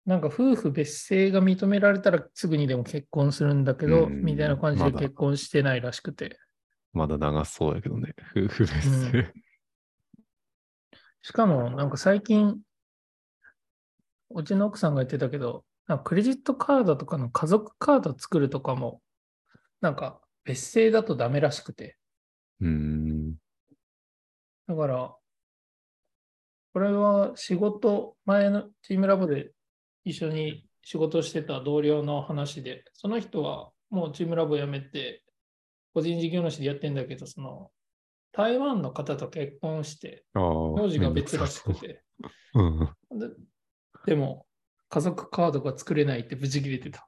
なんか夫婦別姓が認められたらすぐにでも結婚するんだけど、みたいな感じで結婚してないらしくて。 まだ長そうやけどね、夫婦別姓。 しかも、なんか最近、うちの奥さんが言ってたけど、なんかクレジットカードとかの家族カード作るとかも、なんか別姓だとダメらしくて。だから、これは仕事、前のチームラボで一緒に仕事してた同僚の話で、その人はもうチームラボ辞めて、個人事業主でやってんだけど、その台湾の方と結婚して、名字が別らしくて、でも家族カードが作れないってブチ切れてた。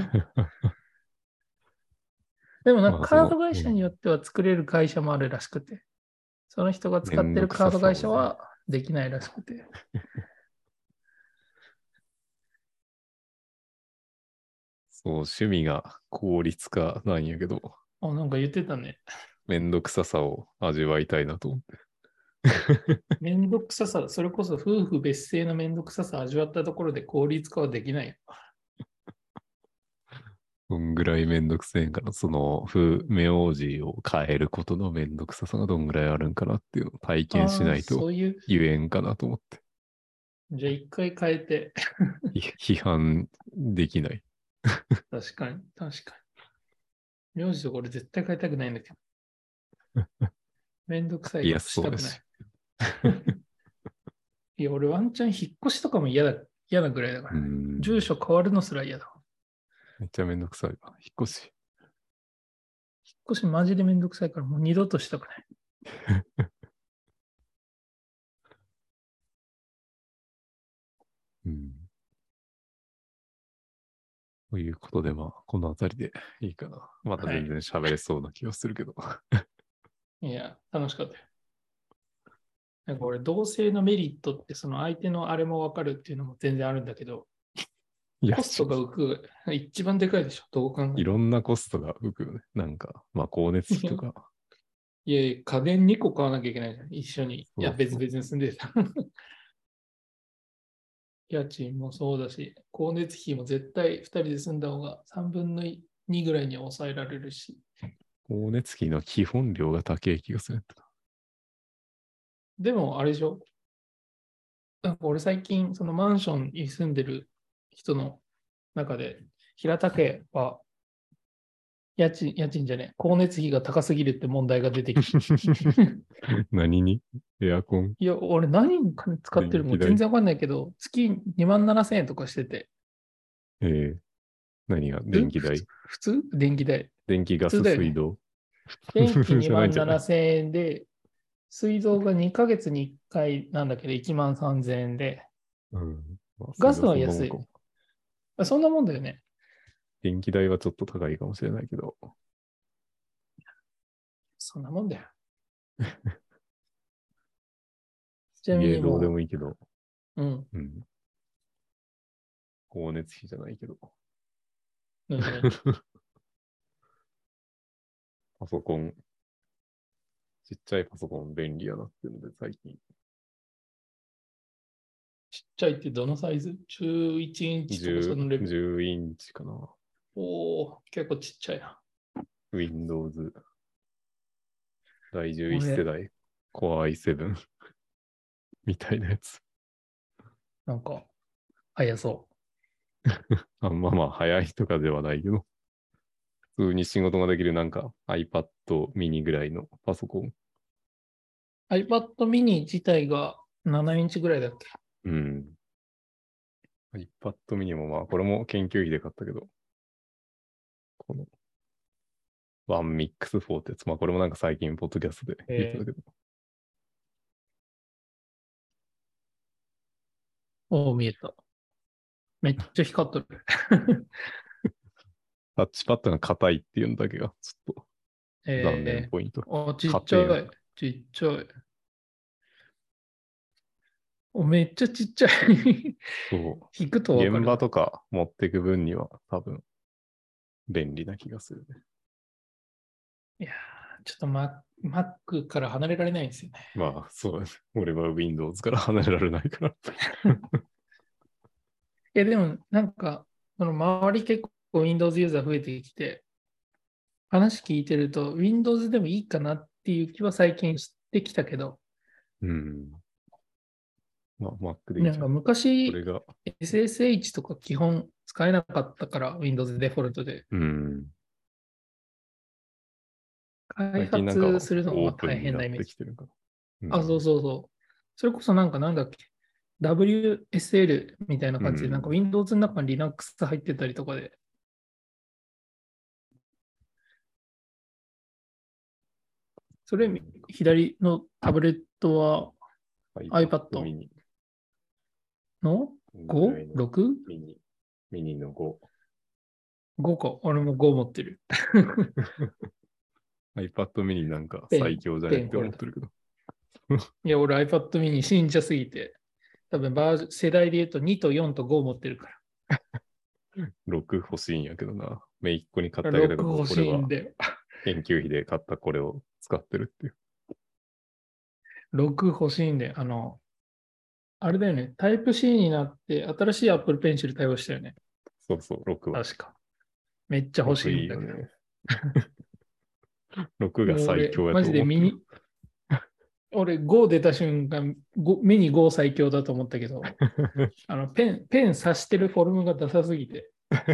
でもなんかカード会社によっては作れる会社もあるらしくて、その人が使ってるカード会社はできないらしくて。 そう、趣味が効率化なんやけど。 なんか言ってたね。 めんどくささを味わいたいなと思って。 めんどくささ、それこそ夫婦別姓のめんどくささ味わったところで効率化はできない。 どんぐらいめんどくせえんかな。その、名字を変えることのめんどくささがどんぐらいあるんかなっていうのを体験しないと言えんかなと思って。 じゃあ一回変えて。 批判できない。 確かに、確かに。名字とこれ絶対変えたくないんだけど。めんどくさいことしたくない。いや、俺ワンチャン引っ越しとかも嫌なぐらいだからね。住所変わるのすら嫌だ。 めっちゃめんどくさいわ。引っ越し。 引っ越しマジでめんどくさいからもう二度としたくない。 ということで、まあ、このあたりでいいかな。また全然喋れそうな気がするけど。 いや、楽しかったよ。なんか俺、同性のメリットって、その相手のあれもわかるっていうのも全然あるんだけど、コストが浮く、一番でかいでしょ、どう考えても。 いろんなコストが浮くよね。なんか、まあ、光熱費とか。 いやいや、家電2個買わなきゃいけないじゃん、一緒に。いや、別々に住んでた。家賃もそうだし、光熱費も絶対2人で住んだ方が3分の2ぐらいには抑えられるし。 光熱費の基本料が高い気がする。 でも、あれでしょ、なんか俺最近、そのマンションに住んでる人の中で、平田家は家賃じゃねえ、光熱費が高すぎるって問題が出てきて。 何にエアコン？ いや、俺何に金使ってるのか全然わかんないけど、月27000円とかしてて。 何が電気代？ 普通電気代。 電気ガス水道。 電気27000円で、水道が2ヶ月に1回なんだけど13000円で、ガスは安い。そんなもんだよね。 電気代はちょっと高いかもしれないけど。 そんなもんだよ。 ちなみにどうでもいいけど。 光熱費じゃないけど。パソコン。ちっちゃいパソコン便利やなっていうので、最近。 ちっちゃいってどのサイズ？ 11 インチとかそのレベル。 10インチかな。 結構ちっちゃいな。 Windows 第11世代 Core i7 みたいなやつ。 なんか、早そう。 まあ、早いとかではないけど。普通に仕事ができるなんか iPad mini ぐらいのパソコン。 iPad mini 自体が7インチぐらいだっけ？ iPad mini もまあ、これも研究費で買ったけど、この OneMix4 ってやつ、まあこれもなんか最近ポッドキャストで言ってたけど。 見えた。めっちゃ光っとる。 タッチパッドが硬いっていうのだけがちょっと残念ポイント。 ちっちゃい。ちっちゃい。めっちゃちっちゃい。 そう。 引くと分かる。 現場とか持っていく分には多分便利な気がするね。 いやー、ちょっとMac から離れられないんですよね。 まあ、そうです。俺は Windows から離れられないから。 いでもなんか、その周り結構 Windows ユーザー増えてきて、話聞いてると Windows でもいいかなっていう気は最近してきたけど、 うん。まあ、Mac でいいなんかじゃん。これ昔が、 SSH とか基本使えなかったから Windows デフォルトでうん。 開最近なんか発するのが大オープンになっ変なイメージ。 てきてるから。うあ、そうん。 そうそう。それこそなんだっけ WSL みたいなう感じで、なんかん。 Windows の中に Linux 入ってたりとかで、それ左のタブレットは iPad iPad mini。 のぐらいの 5?6?5 ミニの5。 か。俺も5持ってる。 iPad mini なんかペン、 最強じゃねってペンこれだ。 思ってるけど。 いや、俺 iPad mini 信者すぎて、多分世代で言うと2と4と5持ってるか 6欲しいんやけどな。姪っ子に買っら。 てあげたけ 6 ど、 欲俺はしいんで、 研究費で買ったこれを使ってるっていう。 6欲しいんで、あれだよね、タイプ C になって新しい Apple Pencil 対応したよね。 そうそう、6は。 確か。めっちゃ欲し 6 いんだけど。 いいよね。6がもう俺、 最強やマと思ってる。 俺5出た瞬間、目に5最強だと思ったけど、ペン刺してるフォルムがダサすぎて。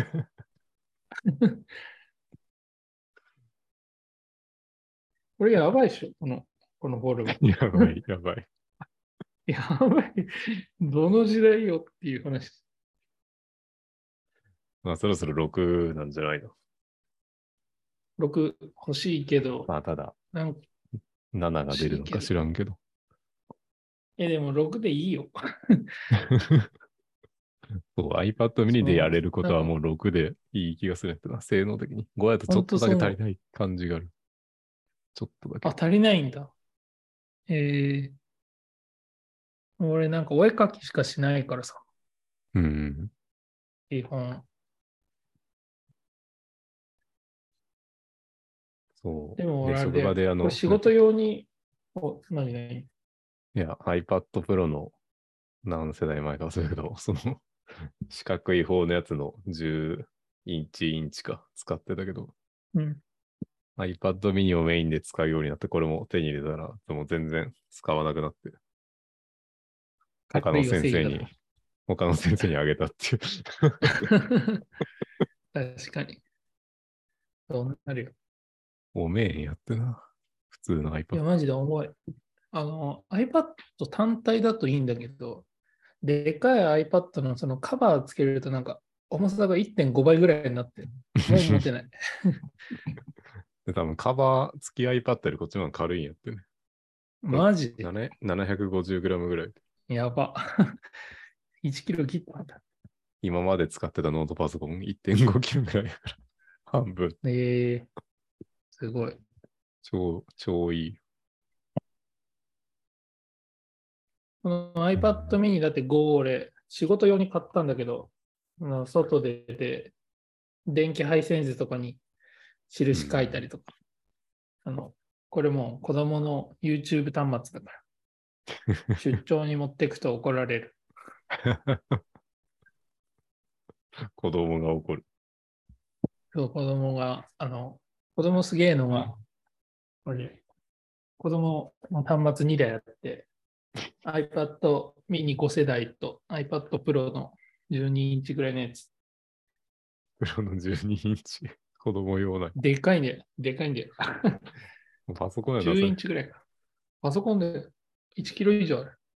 これやばいっしょ、このフォルム。 やばい、やばい。 やばい。どの時代よっていう話。 まあそろそろ6なんじゃないの。 6欲しいけど、 まあただ、 なんか 7 欲が出るのかしいけど。 知らんけど。 でも6でいいよ。 そう、iPad mini でやそう、 れることなんか、 はもう6でいい気がするんだけどな、性能的に。5やとちょほんっとだけとそう思う。 足りない感じがある。ちょっとだけ。 足りないんだ。え俺なんかお絵描きしかしないからさ、 うん。 基本。 そでもう。で、 俺あれだよ。 職場でこれ仕事用に、何いや、iPad Pro の何世代前か忘れるけど、その四角い方のやつの10インチか使ってたけど、 うん。 iPad mini をメインで使うようになって、これも手に入れたら、でも全然使わなくなって、他の軽いよ、 先生に、 正義だと。 他の先生にあげたっていう。 確かに。そうなるよ。 おめえんやってな。普通のい iPad。 や、マジで重い。iPad 単体だといいんだけど、でかい iPad のそのカバーつけるとなんか重さが1.5倍ぐらいになって、もう持てない。 で、多分カバー付き iPad よりこっちの方が軽いんやってね。これ、 マジで。 750g ぐらい。 やば。1キロ切ったんだ。 今まで使ってたノートパソコン 1.5 キロぐらいやから。半分。 すごい。 超いい。 この iPad mini だって5俺、仕事用に買ったんだけど、外で出て、電気配線図とかに印書いたりとか、これも子供の YouTube 端末だから、出張に持ってくと怒られる。 子供が怒る。 そう、子供すげえのが、これ、子供の端末2台あって、iPad mini 5世代と iPad Pro の12インチぐらいのやつ。 プロの12インチ。子供用なでかいね。でかいんだよ。 パソコンやな、 10 それ。 インチぐらいか。パソコンで1キロ以上ある。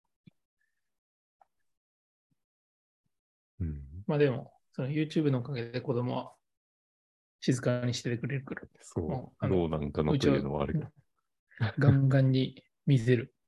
うん、 まあでも、その YouTube のおかげで子供は静かにしててくれるから、 そもう、 う。どうなんかのといううちはのはあるけど。 ガンガンに見せる。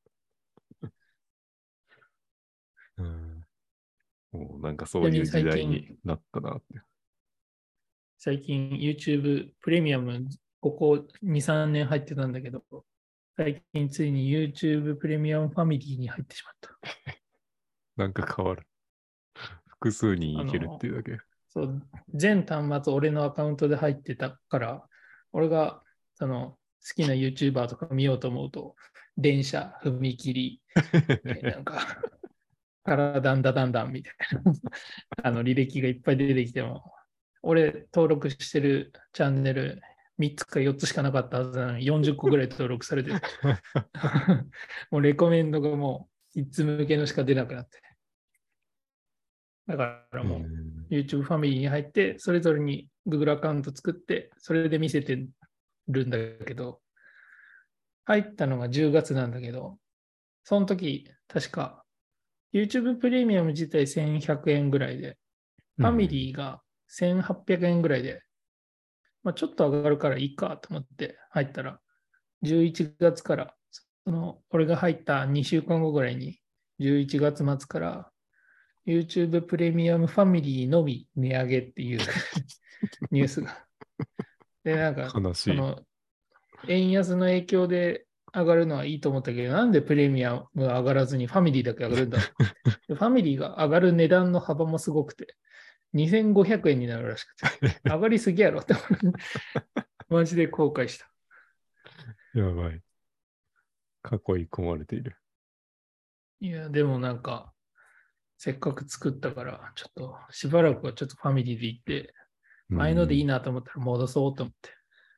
うん、もうなんかそちなみにういう時代になったなって。 最近 YouTube プレミアム、ここ2、3年入ってたんだけど、最近ついに YouTube プレミアムファミリーに入ってしまった。 なんか変わる。複数人いけるっあの、 ていうだけ。 そう全端末俺のアカウントで入ってたから、俺が好きな YouTuber とか見ようと思うと、電車、踏切、なんかからだんだんだんみたいな履歴がいっぱい出てきても、俺登録してるチャンネル3つか4つしかなかったはずなのに40個ぐらい登録されててもうレコメンドがもういつ向けのしか出なくなって。だからもう YouTube ファミリーに入って、それぞれに Google アカウント作って、それで見せてるんだけど、入ったのが10月なんだけど、その時、確か YouTube プレミアム自体1100円ぐらいで、ファミリーが1800円ぐらいで、まあ、ちょっと上がるからいいかと思って入ったら、11月から、俺が入った2週間後ぐらいに、11月末から YouTube プレミアムファミリーのみ値上げっていうニュースが。で、なんか、円安の影響で上がるのはいいと思ったけど、なんでプレミアムが上がらずにファミリーだけ上がるんだろう。ファミリーが上がる値段の幅もすごくて、2500円になるらしくて、上がりすぎやろってマジで後悔した。 やばい。囲い込まれている。 いや、でもなんか、せっかく作ったから、ちょっとしばらくはちょっとファミリーで行って、前のでいいなと思ったら戻そうと思って。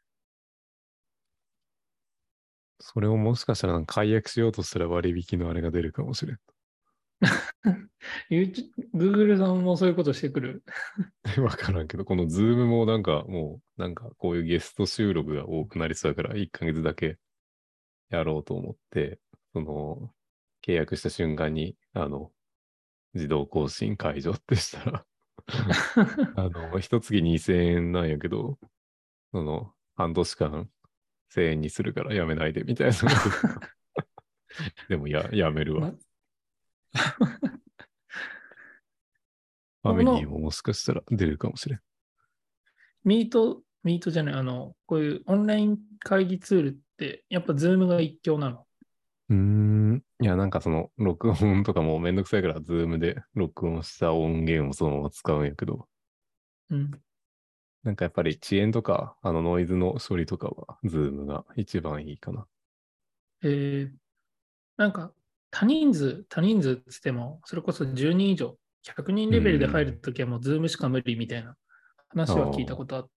それをもしかしたら解約しようとしたら割引のあれが出るかもしれん。 Google さんもそういうことしてくる。 わからんけど、この Zoom ももうこういうゲスト収録が多くなりそうだから1ヶ月だけやろうと思って、契約した瞬間に、自動更新解除ってしたら一月2000円なんやけど、半年間1000円にするからやめないでみたいな。でもやめるわ。ファミリーももしかしたら出るかもしれん。 ミートじゃない、こういうオンライン会議ツールって、やっぱズームが一強なの？ いや、録音とかもめんどくさいから、ズームで録音した音源をそのまま使うんやけど、 うん。 やっぱり遅延とか、ノイズの処理とかは、ズームが一番いいかな。 なんか、多人数って言っても、それこそ10人以上、100人レベルで入るときはもうズームしか無理みたいな話は聞いたことあって。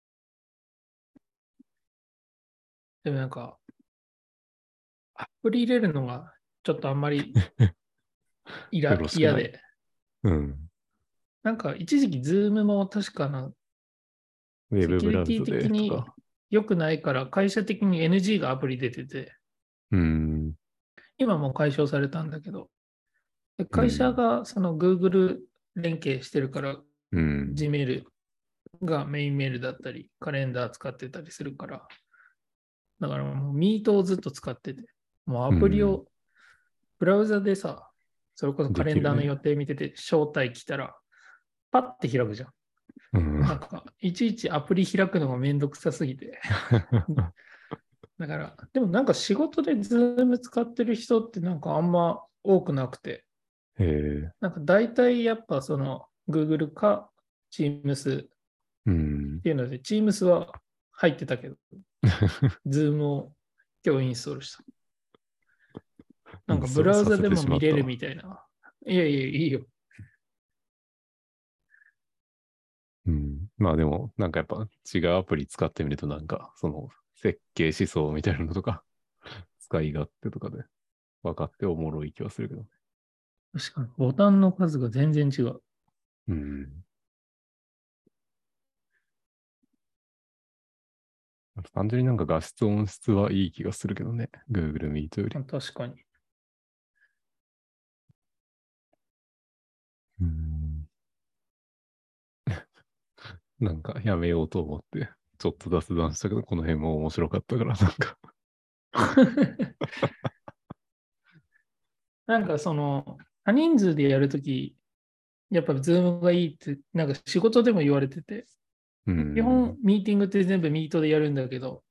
でもなんか、アプリ入れるのがちょっとあんまり嫌で。 うん。 なんか一時期ズームも確かウェセキュリテブブラウザィ的にでとか。 良くないから会社的に NG がアプリ出てて、今もう解消されたんだけど、会社がその Google 連携してるから、Gmail がメインメールだったり、カレンダー使ってたりするから、だからもうミートをずっと使ってて、もうアプリをブラウザでさ、それこそカレンダーの予定見てて、招待来たら、パッて開くじゃん。なんか、いちいちアプリ開くのがめんどくさすぎて。だから、でもなんか仕事でズーム使ってる人ってなんかあんま多くなくて、なんか大体やっぱその Google か Teams っていうので、Teams は入ってたけど、Zoom を今日インストールした。なんかブラウザでも見れるみたいな。いやいや、いいよ。 まあでも、やっぱ違うアプリ使ってみると設計思想みたいなのとか、使い勝手とかで分かっておもろい気はするけどね。 確かに、ボタンの数が全然違う。 単純に画質音質はいい気がするけどね。Google Meet より。 確かに。 やめようと思って、ちょっと雑談したけど、この辺も面白かったから、 なんかその、多人数でやるとき、やっぱズームがいいって、なんか仕事でも言われてて、基本ミーティングって全部ミートでやるんだけど、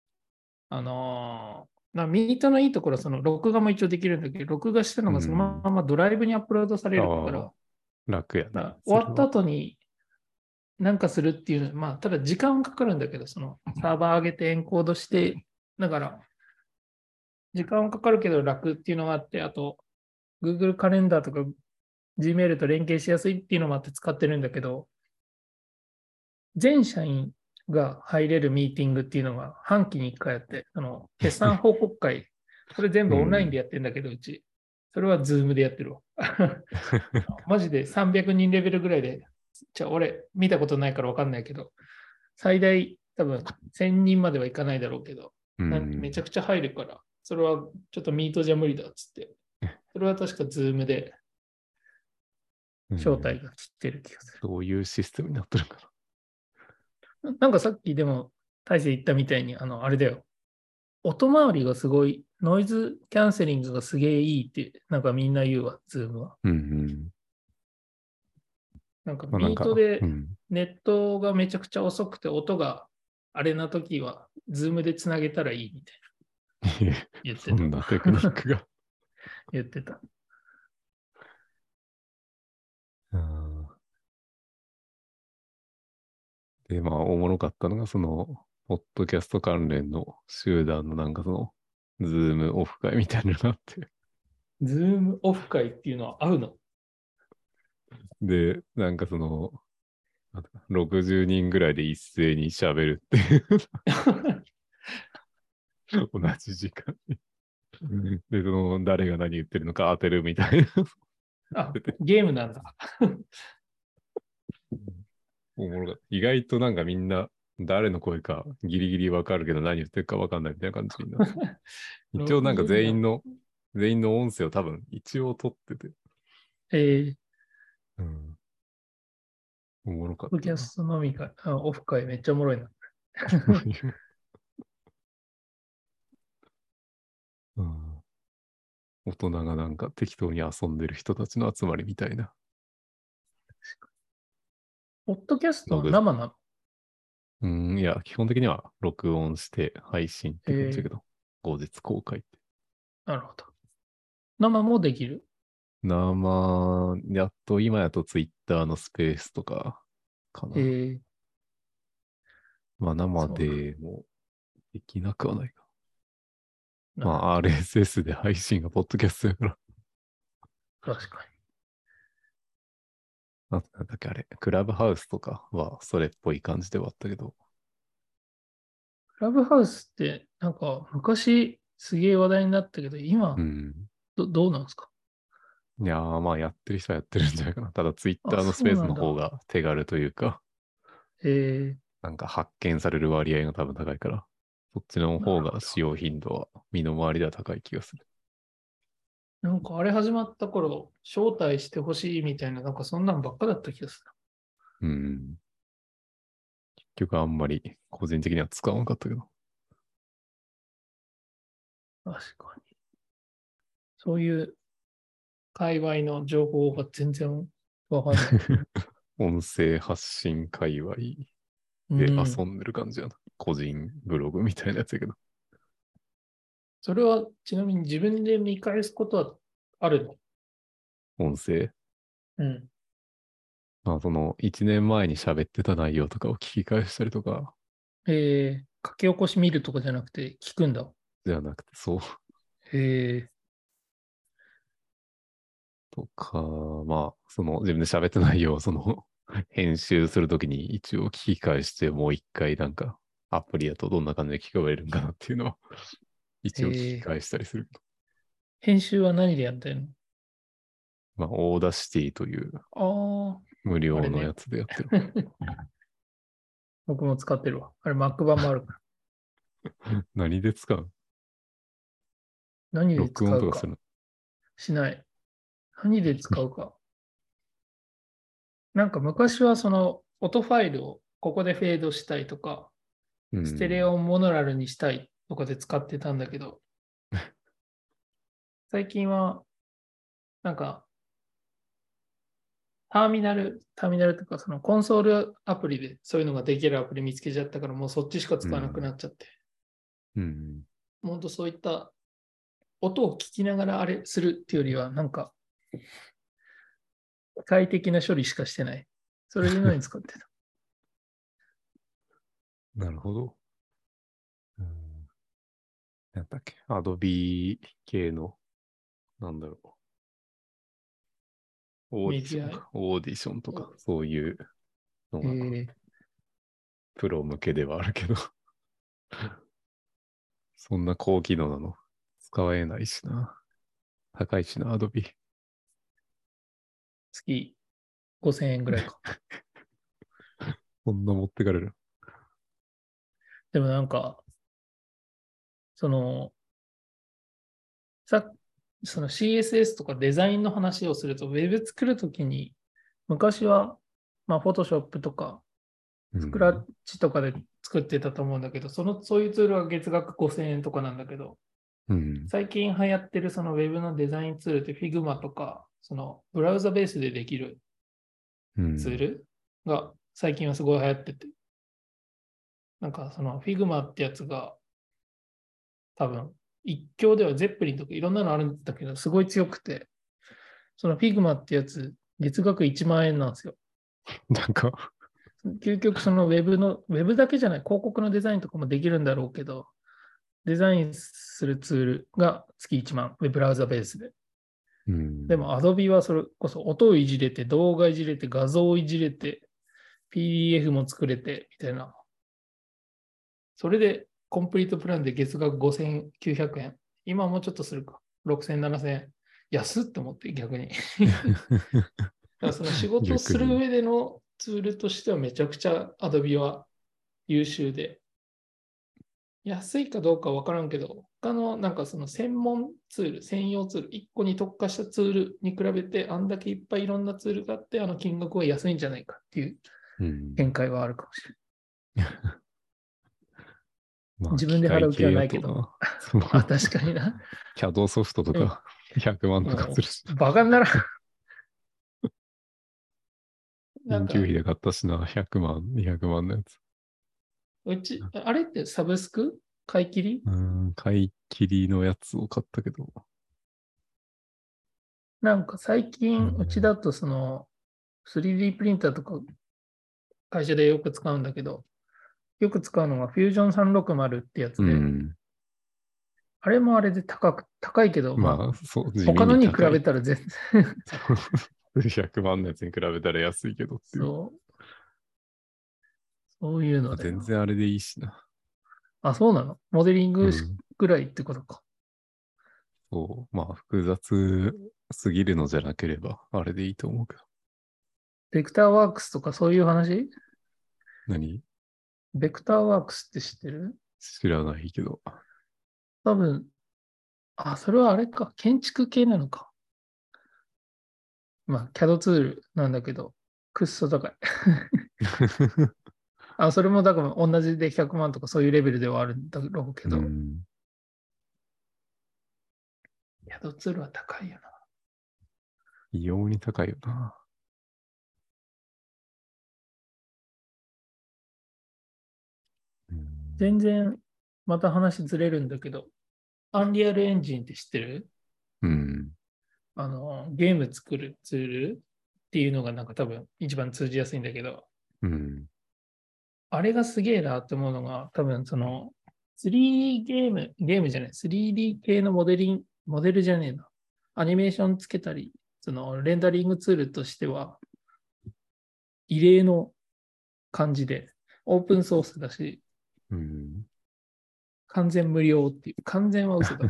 ミートのいいところはその録画も一応できるんだけど、録画したのがそのままドライブにアップロードされるから、 楽やね。 終わった後になんかするっていうのは、まあ、ただ時間かかるんだけど、そのサーバー上げてエンコードして、だから、時間かかるけど楽っていうのがあって、あと、 Google カレンダーとか Gmail と連携しやすいっていうのもあって使ってるんだけど、全社員が入れるミーティングっていうのが半期に1回やって、決算報告会、これ全部オンラインでやってるんだけど、うち。それは Zoom でやってるわ。マジで300人レベルぐらいで、俺見たことないから分かんないけど、最大多分1000人まではいかないだろうけど、めちゃくちゃ入るから、それはちょっとミートじゃ無理だっつって、それは確か Zoom で招待が来てる気がする。 どういうシステムになってるかな。なんかさっきでも大勢言ったみたいに、あれだよ。音回りがすごい、ノイズキャンセリングがすげえいいって、なんかみんな言うわ、ズームは。なんかミートでネットがめちゃくちゃ遅くて音があれな時は、ズームでつなげたらいいみたいな。言ってた。 そんなテクニックが。 言ってた。 で、まあ、おもろかったのが、ポッドキャスト関連の集団のズームオフ会みたいなのがあって。 ズームオフ会っていうのは合うの？ で、60人ぐらいで一斉に喋るっていう同じ時間に。で、誰が何言ってるのか当てるみたいな。 あ、ゲームなんだ。 おもろかった。意外とみんな誰の声かギリギリわかるけど何言ってるかわかんないみたいな感じになって。一応全員の音声を多分一応取ってて。おもろかった。 ポッドキャスト飲み会、オフ会めっちゃおもろいな。 大人が適当に遊んでる人たちの集まりみたいな。 ポッドキャストは生なの？いや、基本的には録音して配信って感じだけど、後日公開って。 なるほど。生もできる？ 今やとツイッターのスペースとかかな。まあ生でもできなくはないか。まあ RSS で配信がポッドキャストやから。 確かに。 なんだっけあれ、クラブハウスとかはそれっぽい感じではあったけど。 クラブハウスってなんか昔すげえ話題になったけど、今、どうなんですか？ いやー、まあやってる人はやってるんじゃないかな。ただツイッターのスペースの方が手軽というか、発見される割合が多分高いから、そっちの方が使用頻度は身の回りでは高い気がする。 なんかあれ始まった頃、招待してほしいみたいな、なんかそんなんばっかだった気がする。結局あんまり個人的には使わなかったけど。 確かに。そういう界隈の情報が全然わかんない。 音声発信界隈で遊んでる感じやな。個人ブログみたいなやつやけど。 それはちなみに自分で見返すことはあるの？ 音声。まあ1年前に喋ってた内容とかを聞き返したりとか。 書き起こし見るとかじゃなくて聞くんだ。 じゃなくて、そう。とか、まあ、自分で喋った内容を編集するときに一応聞き返して、もう一回アプリだとどんな感じで聞こえるんかなっていうのを一応聞き返したりする。 編集は何でやってんの？ まあ、オーダーシティという無料のやつでやってる。 僕も使ってるわ。あれ Mac 版もあるから。 何で使う？ 何で使うか。 録音とかするの？ しない。何で使うか。なんか昔は音ファイルをここでフェードしたいとか、ステレオモノラルにしたいとかで使ってたんだけど、最近はなんかターミナルとかコンソールアプリでそういうのができるアプリ見つけちゃったからもうそっちしか使わなくなっちゃって。もっとそういった音を聞きながらあれするっていうよりはなんか快適な処理しかしてない。それで何使ってた？ なるほど。なんだっけ、アドビ系の、なんだろオーディションか、オーディションとか、そういうのが、プロ向けではあるけど、そんな高機能なの使えないしな。高いしな、アドビ。 月5000円ぐらいか。 こんな持ってかれる。 でもなんか、その、さ、その CSS とかデザインの話をすると、ウェブ作るときに、昔は、まあ、フォトショップとか、スクラッチとかで作ってたと思うんだけど、そういうツールは月額5000円とかなんだけど、 うん。 最近流行ってるそのウェブのデザインツールって Figma とか、そのブラウザベースでできるツールが最近はすごい流行ってて、なんかその Figma ってやつが多分一強ではゼッペリンとかいろんなのあるんだけど、すごい強くて、その Figma ってやつ月額1万円なんですよ。 なんか、 究極そのウェブだけじゃない広告のデザインとかもできるんだろうけど、デザインするツールが月1万、ウェブブラウザベースで。でも Adobe はそれこそ音をいじれて、動画いじれて、画像をいじれて、PDF も作れて、みたいな。それでコンプリートプランで月額5900円。今はもうちょっとするか。6000、7000円。安って思って逆に。だからその仕事をする上でのツールとしてはめちゃくちゃ Adobe は優秀で、安いかどうかわからんけど、他のなんかその専門ツール、専用ツール、1個に特化したツールに比べて、あんだけいっぱいいろんなツールがあって、あの金額は安いんじゃないかっていう見解はあるかもしれない。 まあ、 自分で払う気はないけど。あ、確かにな。 CAD ソフトとか100万とかするし。 バカにならん。 研究費で買ったしな、100万、200万のやつ。 あれってサブスク買い切り買い切りのやつを買ったけど。 なんか最近、うちだとその 3D プリンターとか会社でよく使うんだけど、よく使うのが Fusion360 ってやつで、あれもあれで高いけど、 まあ、そう、地味他のに比に高い。 べたら全然 100万のやつに比べたら安いけどっていう。 そういうので。 全然あれでいいしな。 あ、そうなのモデリングぐらいってことか。 そう。まあ、複雑すぎるのじゃなければ、あれでいいと思うけど。 ベクターワークスとかそういう話何ベクターワークスって知ってる知らないけど。 多分、それはあれか。建築系なのか。まあ、CAD ツールなんだけど、くっそ高い。それもだから同じで100万とかそういうレベルではあるんだろうけど、CAD ツールは高いよな。 異様に高いよな。 全然、また話ずれるんだけど、アンリアルエンジンって知ってるゲーム作るツールっていうのがなんか多分一番通じやすいんだけど、あれがすげえなって思うのが、多分その 3D ゲームじゃない、3D 系のモデルじゃねえな。アニメーションつけたり、そのレンダリングツールとしては、異例の感じで、オープンソースだし、完全無料っていう、完全は嘘だ。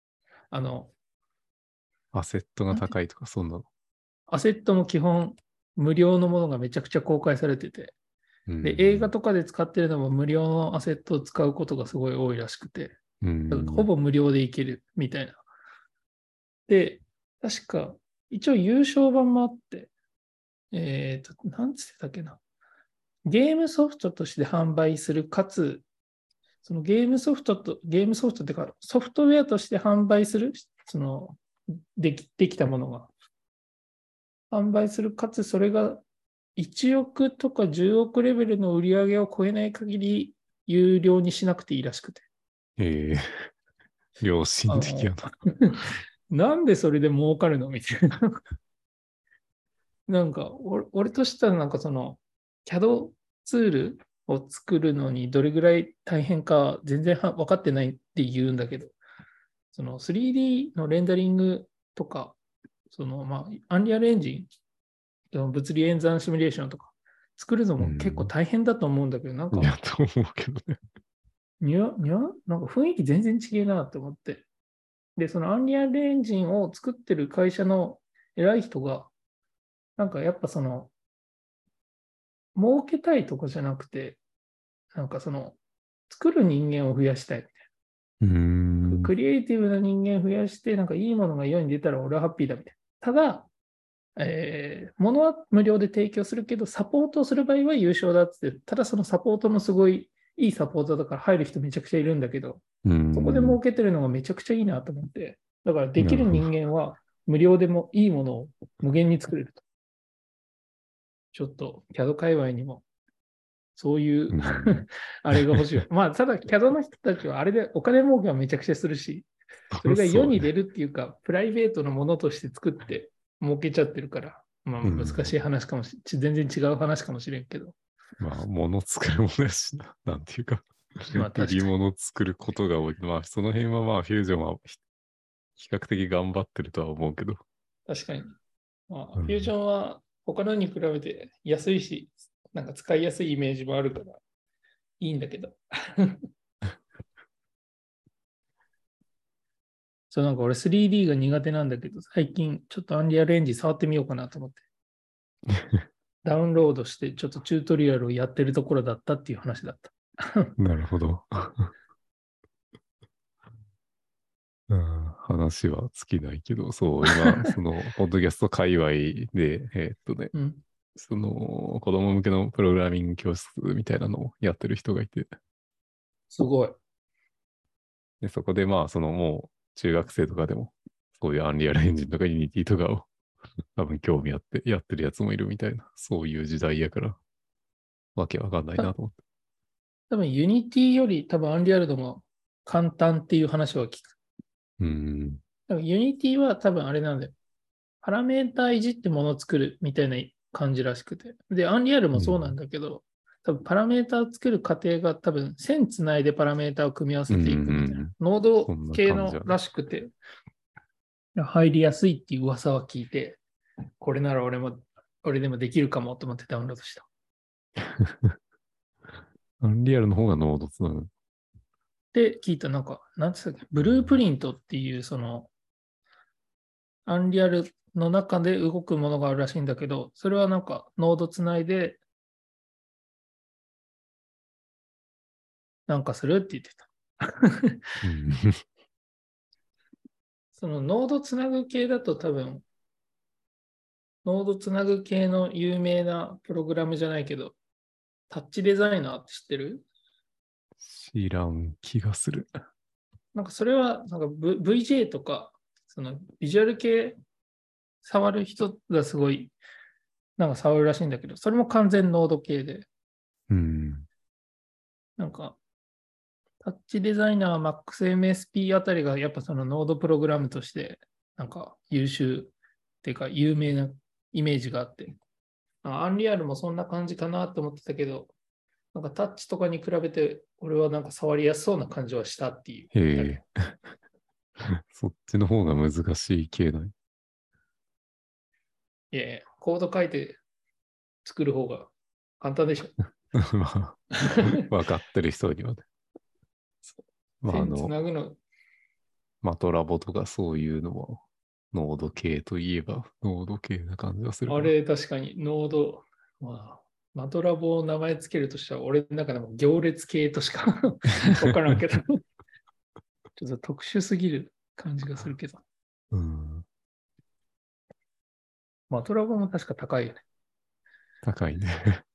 アセットが高いとか、そんなの。 アセットも基本無料のものがめちゃくちゃ公開されてて、で、映画とかで使ってるのも無料のアセットを使うことがすごい多いらしくて、ほぼ無料でいけるみたいな。で、確か、一応優勝版もあって、なんつってたっけな。ゲームソフトとして販売する、かつ、そのゲームソフトっていうか、ソフトウェアとして販売する、その、できたものが、販売する、かつそれが1億とか10億レベルの売り上げを超えない限り、有料にしなくていいらしくて。 良心的やな。 なんでそれで儲かるのみたいな。なんか、俺としてはなんかその、CAD ツールを作るのにどれぐらい大変か全然分かってないって言うんだけど、その 3D のレンダリングとか、そのまあ、アンリアルエンジン物理演算シミュレーションとか作るのも結構大変だと思うんだけど、なんか、 いや、と思うけどね。 なんか雰囲気全然違えなって思って。で、そのアンリアルエンジンを作ってる会社の偉い人が、なんかやっぱその、儲けたいとかじゃなくて、なんかその、作る人間を増やしたい。クリエイティブな人間を増やして、なんかいいものが世に出たら俺はハッピーだみたいな。ただ、物は無料で提供するけど、サポートをする場合は優勝だって、ただそのサポートのすごいいいサポートだから入る人めちゃくちゃいるんだけど、そこで儲けてるのがめちゃくちゃいいなと思って、だからできる人間は無料でもいいものを無限に作れると。ちょっと CAD 界隈にもそういうあれが欲しい。まあ、ただ CAD の人たちはあれでお金儲けはめちゃくちゃするし、それが世に出るっていうか、プライベートのものとして作って儲けちゃってるから、まあ難しい話かもしれん、全然違う話かもしれんけど。 まあ、物作るものやしな。なんていうか、 まあ売り物作ることが多い。まあ、その辺はまあ、フュージョンは比較的頑張ってるとは思うけど。 確かに。まあ、フュージョンは他のに比べて安いし、なんか使いやすいイメージもあるからいいんだけど。そう、なんか俺 3D が苦手なんだけど、最近ちょっとアンリアルエンジン触ってみようかなと思って。ダウンロードしてちょっとチュートリアルをやってるところだったっていう話だった。 なるほど。話は尽きないけど、そう、今、その、ポッドキャスト界隈で、 うん、 その、子供向けのプログラミング教室みたいなのをやってる人がいて、 すごい。 で、そこでまあ、そのもう、中学生とかでも、そういうアンリアルエンジンとかユニティとかを多分興味あってやってるやつもいるみたいな、そういう時代やから、わけわかんないなと思って。 多分ユニティより多分アンリアルの方が簡単っていう話は聞く。 うん。 多分ユニティは多分あれなんだよ。パラメータいじってものを作るみたいな感じらしくて。で、アンリアルもそうなんだけど、多分パラメータを作る過程が多分線つないでパラメータを組み合わせていくみたいな、ノード系のらしくて、入りやすいっていう噂は聞いて、これなら俺でもできるかもと思ってダウンロードした。 アンリアルの方がノードつなぐ。 で、聞いた、なんか、なんて言ったっけ、ブループリントっていう、その、アンリアルの中で動くものがあるらしいんだけど、それはなんか、ノードつないで、なんかするって言ってた。そのノードつなぐ系だと多分、ノードつなぐ系の有名なプログラムじゃないけど、タッチデザイナーって知ってる？ 知らん気がする。 なんかそれは、なんか、VJ とか、そのビジュアル系触る人がすごい、なんか触るらしいんだけど、それも完全ノード系で、なんか、タッチデザイナー、MaxMSP あたりがやっぱそのノードプログラムとして、なんか優秀っていうか有名なイメージがあって、アンリアルもそんな感じかなと思ってたけど、なんかタッチとかに比べて、俺はなんか触りやすそうな感じはしたっていう。 へえ。そっちの方が難しい系だね。 いやいや、コード書いて作る方が簡単でしょ。 まあ、分かってる人にはね。まあ、 線つなぐの。 マトラボとかそういうのは、ノード系といえば、ノード系な感じがするから。 あれ、確かにノード、まあ、マトラボを名前つけるとしたら、俺の中でも行列系としか分からんけど、ちょっと特殊すぎる感じがするけど。マトラボも確か高いよね。 高いね。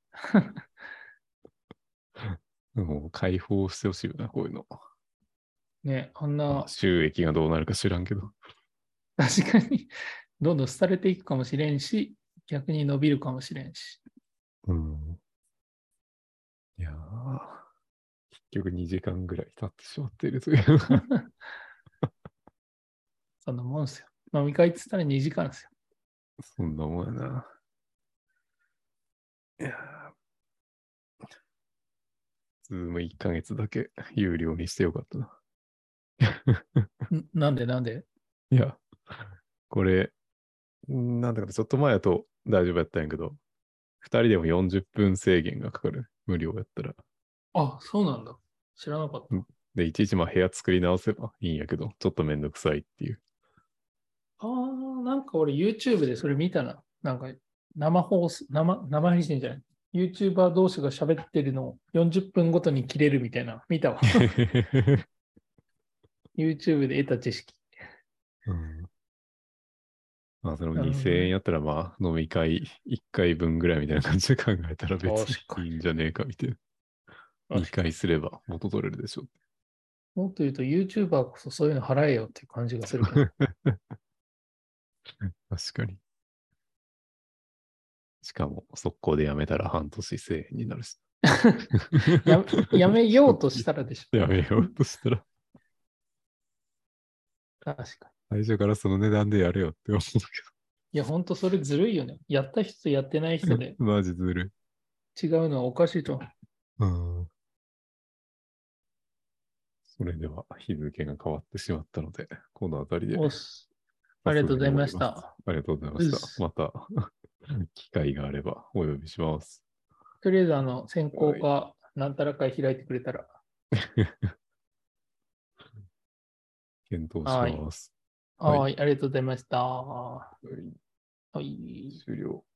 もう解放してほしいよな、こういうの。 ね、あんな、 収益がどうなるか知らんけど。 確かに、どんどん廃れていくかもしれんし、逆に伸びるかもしれんし。 いやー、結局2時間ぐらい経ってしまっているという。 そんなもんですよ。飲み会って言ったら2時間ですよ。 そんなもんやな。いやー、ズーム1ヶ月だけ有料にしてよかったな。 なんでいや、これ、なんだかちょっと前だと大丈夫やったんやけど、2人でも40分制限がかかる。無料やったら。 あ、そうなんだ。知らなかった。 で、いちいちまあ部屋作り直せばいいんやけど、ちょっとめんどくさいっていう。 ああ、なんか俺 YouTube でそれ見たな。なんか生放送、生配信じゃない。YouTuber 同士が喋ってるのを40分ごとに切れるみたいな。見たわ。YouTube で得た知識。 うん、まあ、そのなるほど 2000円ね。 やったらまあ、飲み会1回分ぐらいみたいな感じで考えたら別に確かいいんじゃねえかみたいな。 に。確か 2回すれば元取れるでしょ。 に。もっと言うと YouTuber こそそういうの払えよっていう感じがするけど。 確かに。しかも、速攻でやめたら半年1000円になるし。 やめようとしたらでしょ。 やめようとしたら、 確かに。 最初からその値段でやれよって思ういや、ほんとそれずるいよね。やった人とやってないけど。 人でマジずる違うのはおかしいと。 い。うん。それでは日付が変わってしまったので、この辺りでおっす。ありが早速とうございま終わります。 した。 ありがとうございました。 うっす。 また機会があればお呼びします。 とりあえず、先行はい。 か、なんたら会開いてくれたら。 検討しはい。 ます。はい。 はい、ありがとうございました。ははいい。 終了。